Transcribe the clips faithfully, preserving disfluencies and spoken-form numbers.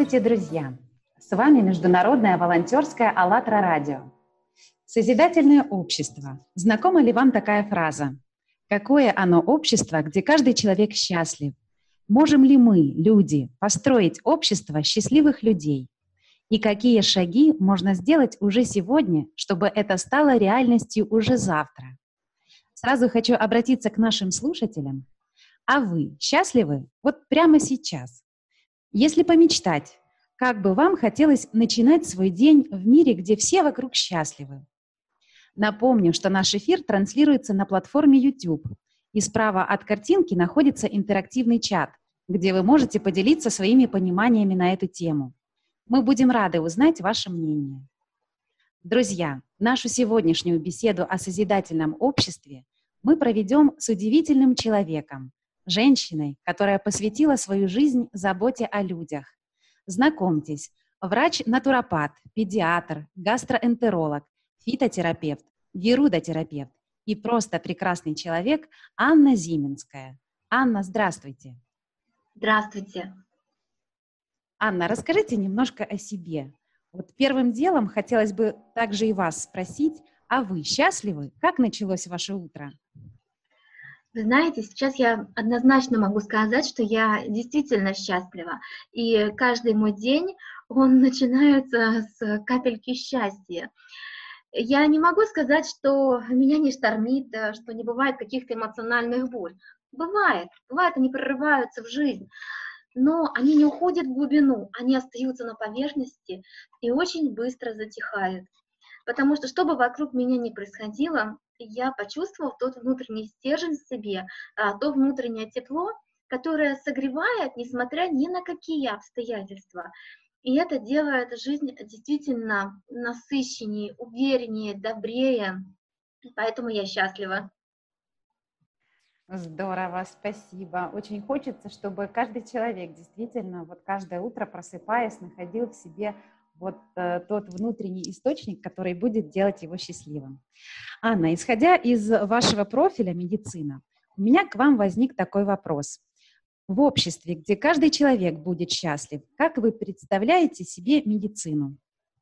Здравствуйте, друзья! С вами Международное волонтерское АЛЛАТРА радио. Созидательное общество. Знакома ли вам такая фраза? Какое оно общество, где каждый человек счастлив? Можем ли мы, люди, построить общество счастливых людей? И какие шаги можно сделать уже сегодня, чтобы это стало реальностью уже завтра? Сразу хочу обратиться к нашим слушателям. А вы счастливы вот прямо сейчас? Если помечтать, как бы вам хотелось начинать свой день в мире, где все вокруг счастливы? Напомню, что наш эфир транслируется на платформе YouTube, и справа от картинки находится интерактивный чат, где вы можете поделиться своими пониманиями на эту тему. Мы будем рады узнать ваше мнение. Друзья, нашу сегодняшнюю беседу о созидательном обществе мы проведем с удивительным человеком, женщиной, которая посвятила свою жизнь заботе о людях. Знакомьтесь, врач-натуропат, педиатр, гастроэнтеролог, фитотерапевт, герудотерапевт и просто прекрасный человек Анна Зименская. Анна, здравствуйте. Здравствуйте. Анна, расскажите немножко о себе. Вот первым делом хотелось бы также и вас спросить, а вы счастливы? Как началось ваше утро? Вы знаете, сейчас я однозначно могу сказать, что я действительно счастлива. И каждый мой день, он начинается с капельки счастья. Я не могу сказать, что меня не штормит, что не бывает каких-то эмоциональных бурь. Бывает, бывает, они прорываются в жизнь, но они не уходят в глубину, они остаются на поверхности и очень быстро затихают. Потому что, что бы вокруг меня ни происходило, я почувствовала тот внутренний стержень в себе, то внутреннее тепло, которое согревает, несмотря ни на какие обстоятельства. И это делает жизнь действительно насыщеннее, увереннее, добрее. Поэтому я счастлива. Здорово, спасибо. Очень хочется, чтобы каждый человек действительно вот каждое утро, просыпаясь, находил в себе вот э, тот внутренний источник, который будет делать его счастливым. Анна, исходя из вашего профиля медицина, у меня к вам возник такой вопрос. В обществе, где каждый человек будет счастлив, как вы представляете себе медицину?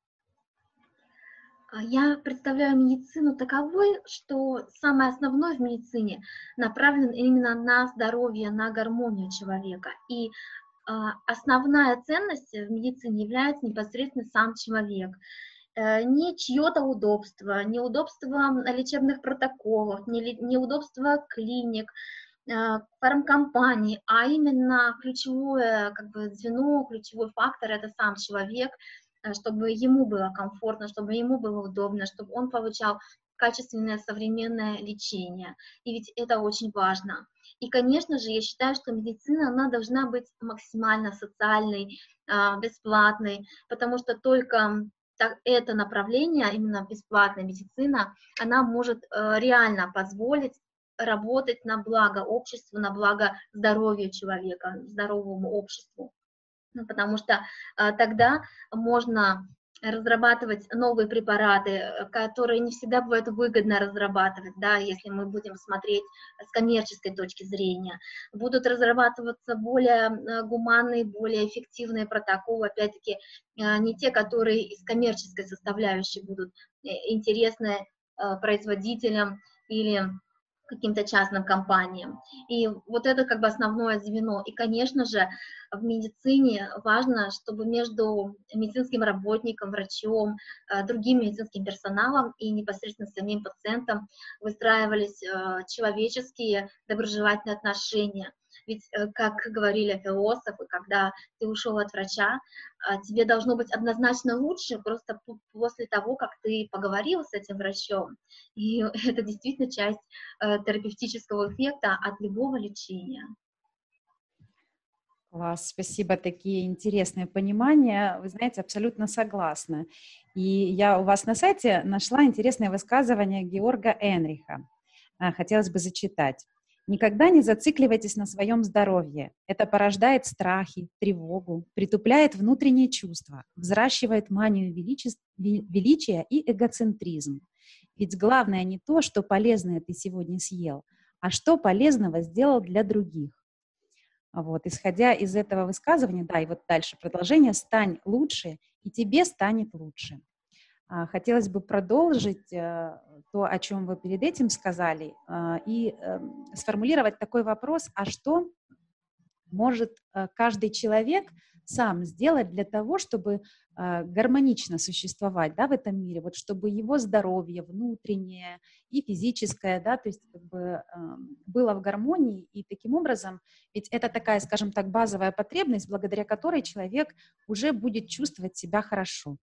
Я представляю медицину таковой, что самое основное в медицине направлено именно на здоровье, на гармонию человека. И основная ценность в медицине является непосредственно сам человек. Не чье-то удобство, не удобство лечебных протоколов, не удобство клиник, фармкомпаний, а именно ключевое как бы, звено, ключевой фактор – это сам человек, чтобы ему было комфортно, чтобы ему было удобно, чтобы он получал качественное современное лечение. И ведь это очень важно. И, конечно же, я считаю, что медицина, она должна быть максимально социальной, бесплатной, потому что только это направление, именно бесплатная медицина, она может реально позволить работать на благо обществу, на благо здоровью человека, здоровому обществу. Потому что тогда можно разрабатывать новые препараты, которые не всегда бывает выгодно разрабатывать, да, если мы будем смотреть с коммерческой точки зрения. Будут разрабатываться более гуманные, более эффективные протоколы, опять-таки, не те, которые из коммерческой составляющей будут интересны производителям или каким-то частным компаниям. И вот это как бы основное звено. И, конечно же, в медицине важно, чтобы между медицинским работником, врачом, другим медицинским персоналом и непосредственно самим пациентом выстраивались человеческие доброжелательные отношения. Ведь, как говорили философы, когда ты ушел от врача, тебе должно быть однозначно лучше просто после того, как ты поговорил с этим врачом. И это действительно часть терапевтического эффекта от любого лечения. Класс, спасибо, такие интересные понимания. Вы знаете, абсолютно согласна. И я у вас на сайте нашла интересное высказывание Георга Энриха. Хотелось бы зачитать. Никогда не зацикливайтесь на своем здоровье. Это порождает страхи, тревогу, притупляет внутренние чувства, взращивает манию величе... величия и эгоцентризм. Ведь главное не то, что полезное ты сегодня съел, а что полезного сделал для других. Вот, исходя из этого высказывания, да, и вот дальше продолжение: «Стань лучше, и тебе станет лучше». А, Хотелось бы продолжить э, то, о чем вы перед этим сказали, а, и эм, сформулировать такой вопрос: а что может э, каждый человек сам сделать для того, чтобы э, гармонично существовать, да, в этом мире, вот чтобы его здоровье внутреннее и физическое, да, то есть как бы э, было в гармонии, и таким образом, ведь это такая, скажем так, базовая потребность, благодаря которой человек уже будет чувствовать себя хорошо.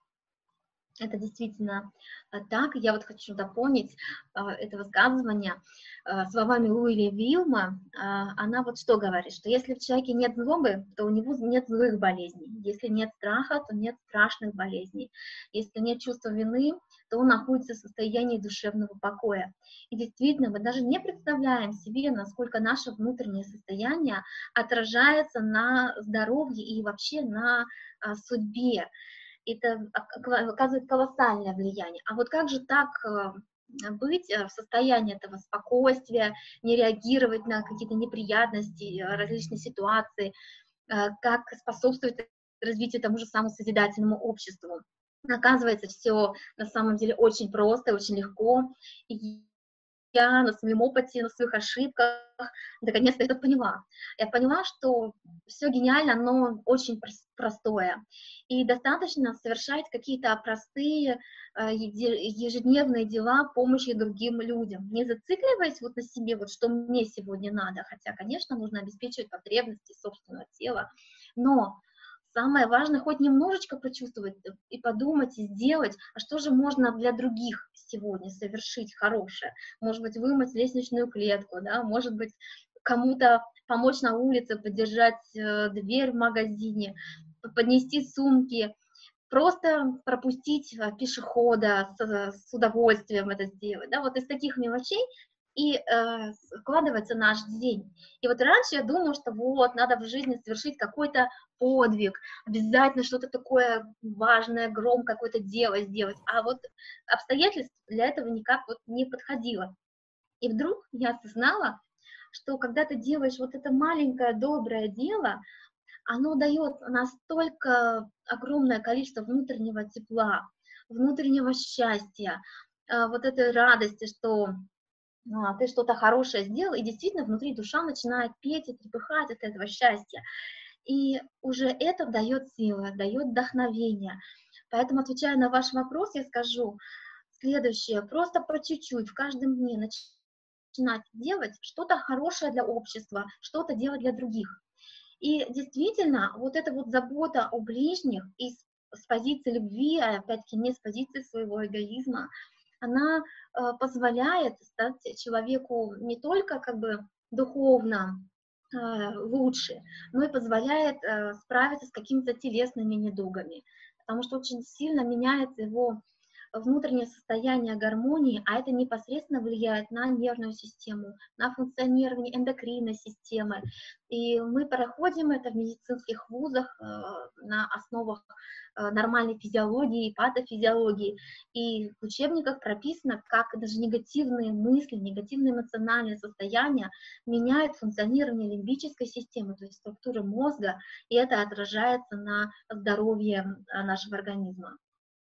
Это действительно а, так. Я вот хочу дополнить а, это высказывание а, словами Луи Вилма. А, она вот что говорит, что если в человеке нет злобы, то у него нет злых болезней. Если нет страха, то нет страшных болезней. Если нет чувства вины, то он находится в состоянии душевного покоя. И действительно, мы даже не представляем себе, насколько наше внутреннее состояние отражается на здоровье и вообще на а, судьбе. Это оказывает колоссальное влияние. А вот как же так быть в состоянии этого спокойствия, не реагировать на какие-то неприятности, различные ситуации, как способствовать развитию тому же самому созидательному обществу? Оказывается, все на самом деле очень просто, очень легко. И я на своем опыте, на своих ошибках наконец-то это поняла. Я поняла, что все гениально, но очень простое. И достаточно совершать какие-то простые ежедневные дела помощи другим людям, не зацикливаясь вот на себе, вот что мне сегодня надо, хотя, конечно, нужно обеспечивать потребности собственного тела, но самое важное хоть немножечко почувствовать и подумать, и сделать, а что же можно для других сегодня совершить хорошее. Может быть, вымыть лестничную клетку, да, может быть, кому-то помочь на улице, поддержать э, дверь в магазине, поднести сумки, просто пропустить э, пешехода с, с удовольствием это сделать. Да, вот из таких мелочей и э, складывается наш день. И вот раньше я думала, что вот, надо в жизни совершить какой-то подвиг, обязательно что-то такое важное, громкое какое-то дело сделать, а вот обстоятельств для этого никак вот не подходило. И вдруг я осознала, что когда ты делаешь вот это маленькое доброе дело, оно дает настолько огромное количество внутреннего тепла, внутреннего счастья, э, вот этой радости, что а, ты что-то хорошее сделал, и действительно внутри душа начинает петь и трепыхать от этого счастья. И уже это дает силы, дает вдохновение. Поэтому, отвечая на ваш вопрос, я скажу следующее. Просто по чуть-чуть в каждом дне начинать делать что-то хорошее для общества, что-то делать для других. И действительно, вот эта вот забота о ближних и с, с позиции любви, а опять-таки не с позиции своего эгоизма, она э, позволяет стать человеку не только как бы духовно э, лучше, но и позволяет э, справиться с какими-то телесными недугами, потому что очень сильно меняется его внутреннее состояние гармонии, а это непосредственно влияет на нервную систему, на функционирование эндокринной системы. И мы проходим это в медицинских вузах э, на основах э, нормальной физиологии и патофизиологии. И в учебниках прописано, как даже негативные мысли, негативные эмоциональные состояния меняют функционирование лимбической системы, то есть структуры мозга, и это отражается на здоровье нашего организма.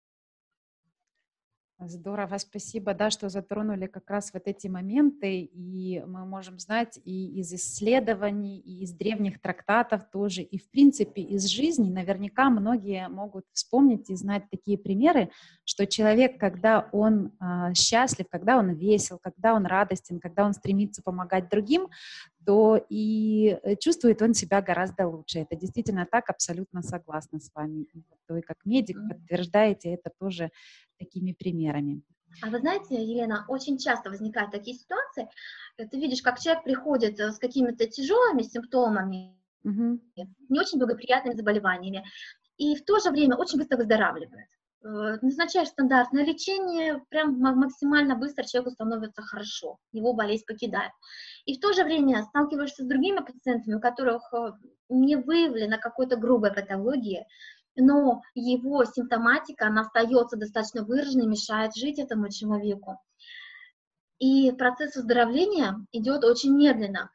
Здорово, спасибо, да, что затронули как раз вот эти моменты, и мы можем знать и из исследований, и из древних трактатов тоже, и в принципе из жизни, наверняка многие могут вспомнить и знать такие примеры, что человек, когда он э, счастлив, когда он весел, когда он радостен, когда он стремится помогать другим, то и чувствует он себя гораздо лучше. Это действительно так, абсолютно согласна с вами. И вы, как медик, подтверждаете это тоже такими примерами. А вы знаете, Елена, очень часто возникают такие ситуации. Ты видишь, как человек приходит с какими-то тяжелыми симптомами, угу. не очень благоприятными заболеваниями, и в то же время очень быстро выздоравливает. Назначаешь стандартное лечение, прям максимально быстро человеку становится хорошо, его болезнь покидает. И в то же время сталкиваешься с другими пациентами, у которых не выявлена какой-то грубой патологии, но его симптоматика, она остается достаточно выраженной, мешает жить этому человеку. И процесс выздоровления идет очень медленно.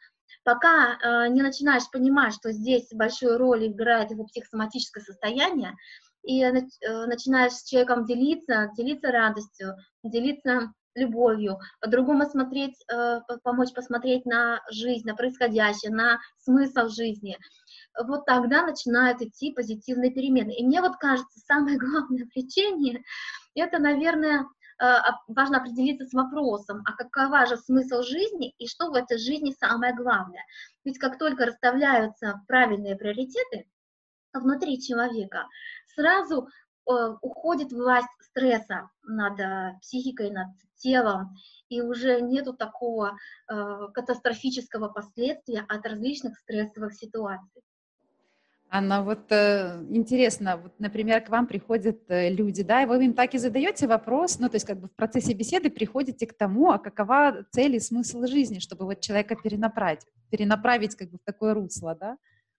Пока э, не начинаешь понимать, что здесь большую роль играет его психосоматическое состояние, и э, начинаешь с человеком делиться, делиться радостью, делиться любовью, по-другому смотреть, э, помочь посмотреть на жизнь, на происходящее, на смысл жизни, вот тогда начинают идти позитивные перемены. И мне вот кажется, самое главное в лечении, это, наверное, важно определиться с вопросом, а какова же смысл жизни и что в этой жизни самое главное. Ведь как только расставляются правильные приоритеты внутри человека, сразу э, уходит власть стресса над э, психикой, над телом, и уже нету такого э, катастрофического последствия от различных стрессовых ситуаций. Анна, вот э, интересно, вот, например, к вам приходят э, люди, да, и вы им так и задаете вопрос, ну, то есть как бы в процессе беседы приходите к тому, а какова цель и смысл жизни, чтобы вот человека перенаправить, перенаправить как бы в такое русло, да?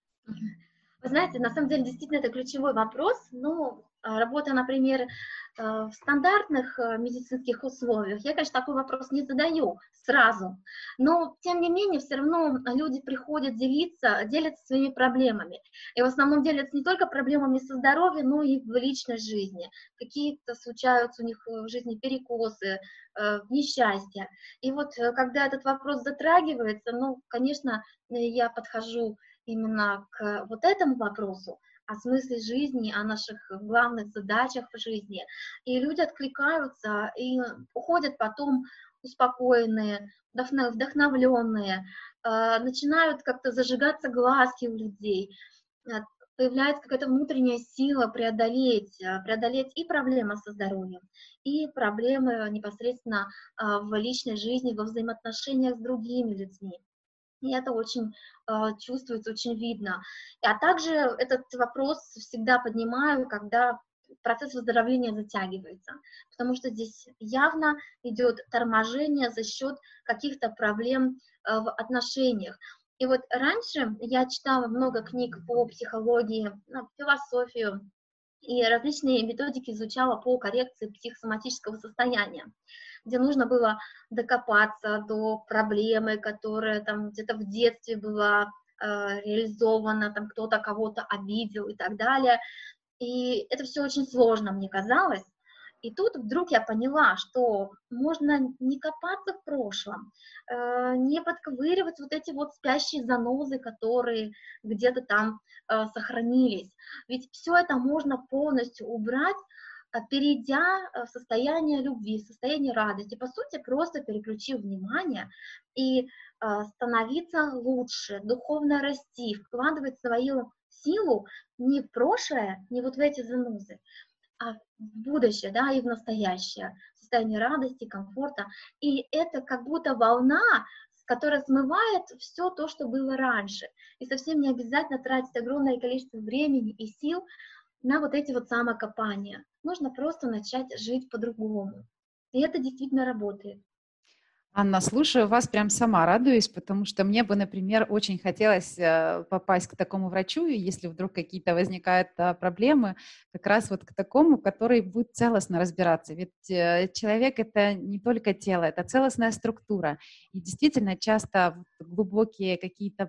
Вы знаете, на самом деле, действительно, это ключевой вопрос. Ну, работая, например, в стандартных медицинских условиях, я, конечно, такой вопрос не задаю сразу, но, тем не менее, все равно люди приходят делиться, делятся своими проблемами. И в основном делятся не только проблемами со здоровьем, но и в личной жизни. Какие-то случаются у них в жизни перекосы, несчастья. И вот, когда этот вопрос затрагивается, ну, конечно, я подхожу именно к вот этому вопросу, о смысле жизни, о наших главных задачах в жизни. И люди откликаются и уходят потом успокоенные, вдохновленные, начинают как-то зажигаться глазки у людей, появляется какая-то внутренняя сила преодолеть, преодолеть и проблемы со здоровьем, и проблемы непосредственно в личной жизни, во взаимоотношениях с другими людьми. И это очень э, чувствуется, очень видно. А также этот вопрос всегда поднимаю, когда процесс выздоровления затягивается, потому что здесь явно идет торможение за счет каких-то проблем э, в отношениях. И вот раньше я читала много книг по психологии, ну, философию, и различные методики изучала по коррекции психосоматического состояния, где нужно было докопаться до проблемы, которая там где-то в детстве была э, реализована, там кто-то кого-то обидел и так далее. И это все очень сложно, мне казалось. И тут вдруг я поняла, что можно не копаться в прошлом, э, не подковыривать вот эти вот спящие занозы, которые где-то там э, сохранились. Ведь все это можно полностью убрать, э, перейдя в состояние любви, в состояние радости, по сути, просто переключив внимание и э, становиться лучше, духовно расти, вкладывать свою силу не в прошлое, не вот в эти занозы, а в будущее, да, и в настоящее, в состояние радости, комфорта. И это как будто волна, которая смывает все то, что было раньше. И совсем не обязательно тратить огромное количество времени и сил на вот эти вот самокопания. Нужно просто начать жить по-другому. И это действительно работает. Анна, слушаю вас, прям сама радуюсь, потому что мне бы, например, очень хотелось попасть к такому врачу, если вдруг какие-то возникают проблемы, как раз вот к такому, который будет целостно разбираться. Ведь человек — это не только тело, это целостная структура. И действительно часто глубокие какие-то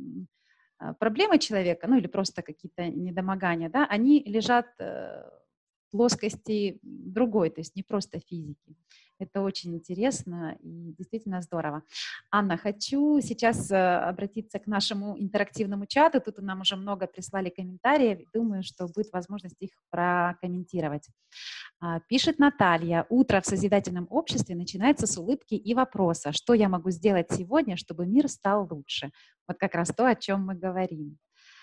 проблемы человека, ну или просто какие-то недомогания, да, они лежат в плоскости другой, то есть не просто физики. Это очень интересно и действительно здорово. Анна, хочу сейчас обратиться к нашему интерактивному чату. Тут нам уже много прислали комментариев. Думаю, что будет возможность их прокомментировать. Пишет Наталья. Утро в созидательном обществе начинается с улыбки и вопроса. Что я могу сделать сегодня, чтобы мир стал лучше? Вот как раз то, о чем мы говорим.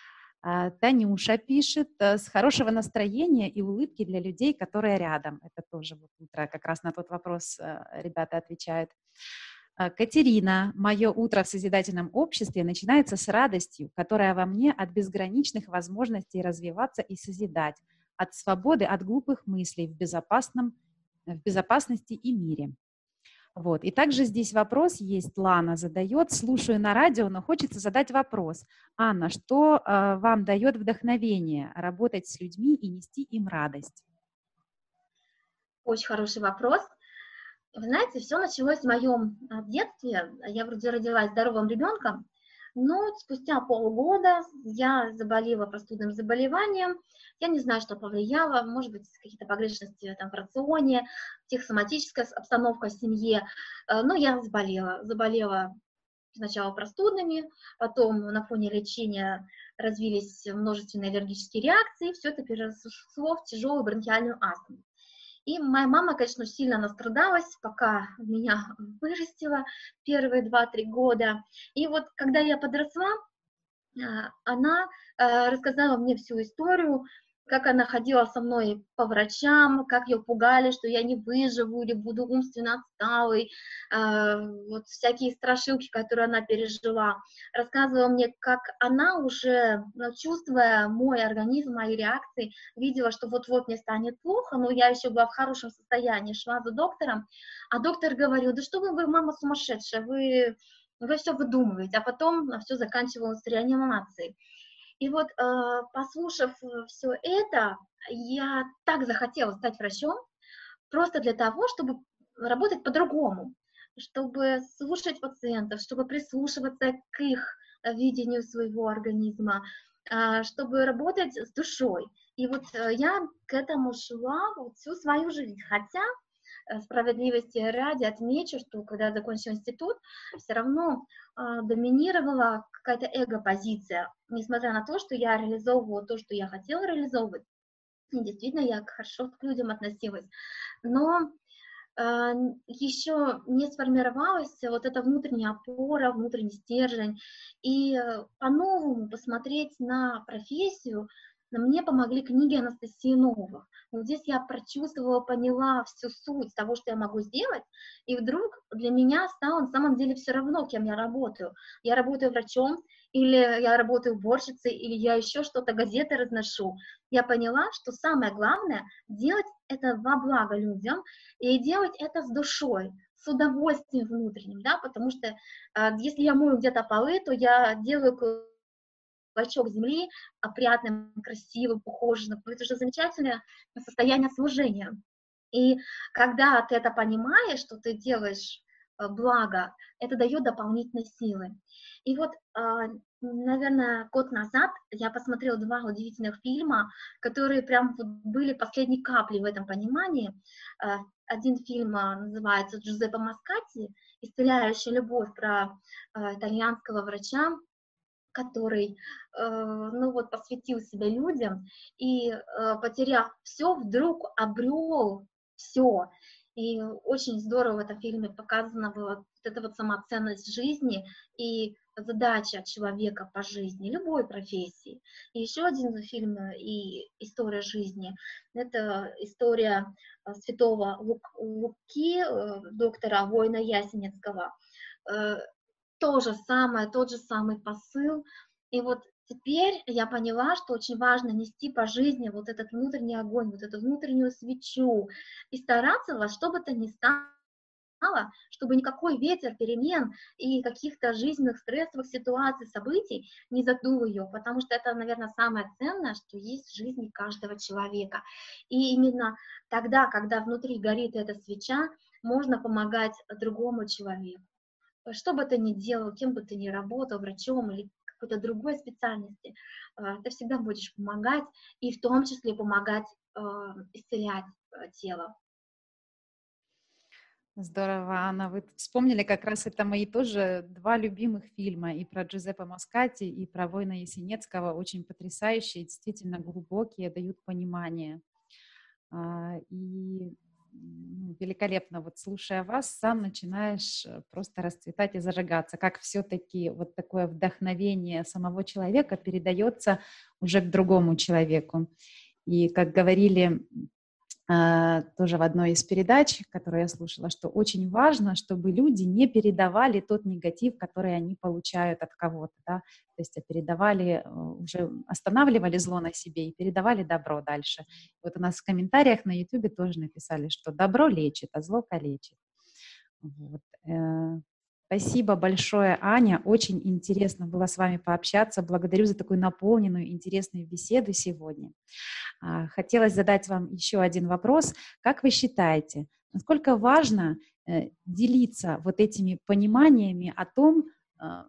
Танюша пишет: с хорошего настроения и улыбки для людей, которые рядом. Это тоже вот утро, как раз на тот вопрос ребята отвечают. Катерина: мое утро в созидательном обществе начинается с радостью, которая во мне от безграничных возможностей развиваться и созидать, от свободы от глупых мыслей в безопасном, в безопасности и мире. Вот. И также здесь вопрос есть, Лана задает, слушаю на радио, но хочется задать вопрос. Анна, что э, вам дает вдохновение работать с людьми и нести им радость? Очень хороший вопрос. Вы знаете, все началось в моем детстве. Я вроде родилась здоровым ребенком, Но спустя полгода я заболела простудным заболеванием. Я не знаю, что повлияло, может быть, какие-то погрешности там, в рационе, психосоматическая обстановка в семье, но я заболела. Заболела сначала простудными, потом на фоне лечения развились множественные аллергические реакции, все это переросло в тяжелую бронхиальную астму. И моя мама, конечно, сильно настрадалась, пока меня вырастила первые два-три года. И вот когда я подросла, она рассказала мне всю историю, как она ходила со мной по врачам, как ее пугали, что я не выживу или буду умственно отсталой, вот всякие страшилки, которые она пережила. Рассказывала мне, как она уже, чувствуя мой организм, мои реакции, видела, что вот-вот мне станет плохо, но я еще была в хорошем состоянии, шла за доктором, а доктор говорил: да что вы, вы мама сумасшедшая, вы, вы все выдумываете, а потом все заканчивалось реанимацией. И вот, э, послушав все это, я так захотела стать врачом, просто для того, чтобы работать по-другому, чтобы слушать пациентов, чтобы прислушиваться к их видению своего организма, э, чтобы работать с душой. И вот э, я к этому шла вот всю свою жизнь, хотя справедливости ради отмечу, что когда я закончила институт, все равно э, доминировала какая-то эго-позиция, несмотря на то, что я реализовывала то, что я хотела реализовывать, и действительно я хорошо к людям относилась, но э, еще не сформировалась вот эта внутренняя опора, внутренний стержень, и э, по-новому посмотреть на профессию мне помогли книги Анастасии Новых. Вот здесь я прочувствовала, поняла всю суть того, что я могу сделать, и вдруг для меня стало на самом деле все равно, кем я работаю. Я работаю врачом, или я работаю уборщицей, или я еще что-то, газеты разношу. Я поняла, что самое главное — делать это во благо людям, и делать это с душой, с удовольствием внутренним, да, потому что э, если я мою где-то полы, то я делаю клочок земли опрятным, красивым, ухоженным. Это же замечательное состояние служения. И когда ты это понимаешь, что ты делаешь благо, это дает дополнительные силы. И вот, наверное, год назад я посмотрела два удивительных фильма, которые прям были последней каплей в этом понимании. Один фильм называется «Джузеппе Маскати. Исцеляющая любовь», про итальянского врача, который, ну вот, посвятил себя людям и, потеряв все, вдруг обрел все. И очень здорово в этом фильме показана была вот эта вот самоценность жизни и задача человека по жизни, любой профессии. И еще один фильм и история жизни — это история святого Лук, Луки, доктора Воина Ясенецкого. То же самое, тот же самый посыл. И вот теперь я поняла, что очень важно нести по жизни вот этот внутренний огонь, вот эту внутреннюю свечу, и стараться во что бы то ни стало, чтобы никакой ветер перемен и каких-то жизненных стрессовых ситуаций, событий не задул ее, потому что это, наверное, самое ценное, что есть в жизни каждого человека. И именно тогда, когда внутри горит эта свеча, можно помогать другому человеку. Что бы ты ни делал, кем бы ты ни работал, врачом или какой-то другой специальности, ты всегда будешь помогать, и в том числе помогать исцелять тело. Здорово, Анна. Вы вспомнили как раз это мои тоже два любимых фильма, и про Джузеппе Маскати, и про Воина Ясенецкого, очень потрясающие, действительно глубокие, дают понимание. И великолепно, вот слушая вас, сам начинаешь просто расцветать и зажигаться, как все-таки вот такое вдохновение самого человека передается уже к другому человеку. И как говорили тоже в одной из передач, которую я слушала, что очень важно, чтобы люди не передавали тот негатив, который они получают от кого-то, да, то есть передавали, уже останавливали зло на себе и передавали добро дальше. Вот у нас в комментариях на YouTube тоже написали, что добро лечит, а зло калечит. Вот. Спасибо большое, Аня, очень интересно было с вами пообщаться, благодарю за такую наполненную, интересную беседу сегодня. Хотелось задать вам еще один вопрос. Как вы считаете, насколько важно делиться вот этими пониманиями о том,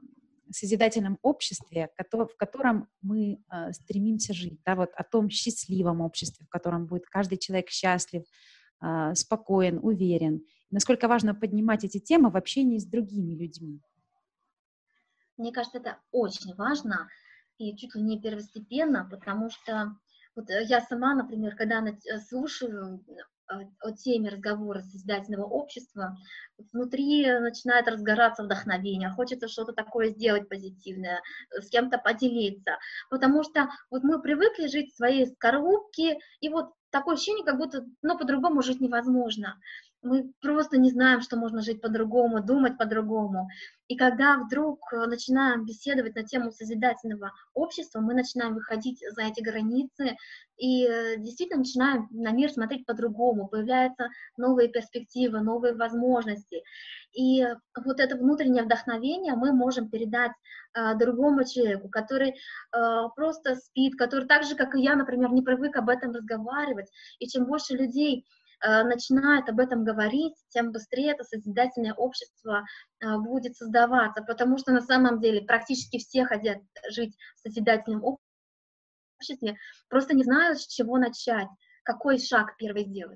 созидательном обществе, в котором мы э, стремимся жить, да, вот о том счастливом обществе, в котором будет каждый человек счастлив, э, спокоен, уверен. Насколько важно поднимать эти темы в общении с другими людьми. Мне кажется, это очень важно и чуть ли не первостепенно, потому что вот я сама, например, когда слушаю о теме разговора созидательного общества, внутри начинает разгораться вдохновение, хочется что-то такое сделать позитивное, с кем-то поделиться, потому что вот мы привыкли жить в своей скорлупке, и вот такое ощущение, как будто, ну, по-другому жить невозможно. Мы просто не знаем, что можно жить по-другому, думать по-другому. И когда вдруг начинаем беседовать на тему созидательного общества, мы начинаем выходить за эти границы и действительно начинаем на мир смотреть по-другому. Появляются новые перспективы, новые возможности. И вот это внутреннее вдохновение мы можем передать э, другому человеку, который э, просто спит, который так же, как и я, например, не привык об этом разговаривать. И чем больше людей начинает об этом говорить, тем быстрее это созидательное общество будет создаваться, потому что на самом деле практически все хотят жить в созидательном обществе, просто не знают, с чего начать, какой шаг первый сделать.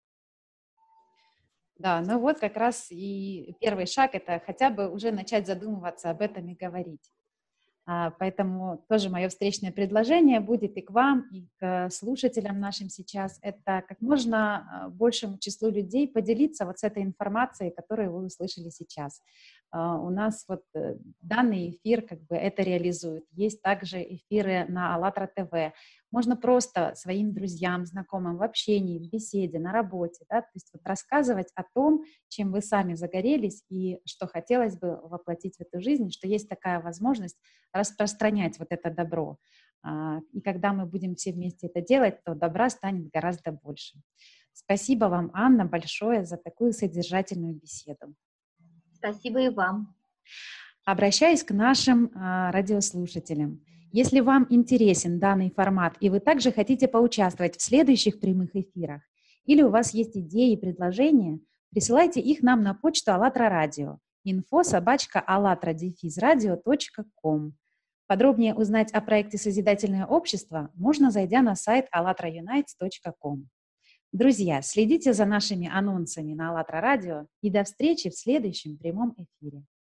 Да, ну вот как раз и первый шаг — это хотя бы уже начать задумываться об этом и говорить. Поэтому тоже мое встречное предложение будет и к вам, и к слушателям нашим сейчас. Это как можно большему числу людей поделиться вот с этой информацией, которую вы услышали сейчас. У нас вот данный эфир как бы это реализует. Есть также эфиры на АЛЛАТРА ТВ. Можно просто своим друзьям, знакомым в общении, в беседе, на работе, да, то есть вот рассказывать о том, чем вы сами загорелись и что хотелось бы воплотить в эту жизнь, что есть такая возможность распространять вот это добро. И когда мы будем все вместе это делать, то добра станет гораздо больше. Спасибо вам, Анна, большое за такую содержательную беседу. Спасибо и вам. Обращаюсь к нашим а, радиослушателям. Если вам интересен данный формат и вы также хотите поучаствовать в следующих прямых эфирах, или у вас есть идеи и предложения, присылайте их нам на почту АЛЛАТРА радио инфо собачка аллатра дефис радио точка ком. Подробнее узнать о проекте «Созидательное общество» можно, зайдя на сайт аллатра юнайтс точка ком. Друзья, следите за нашими анонсами на АЛЛАТРА радио и до встречи в следующем прямом эфире.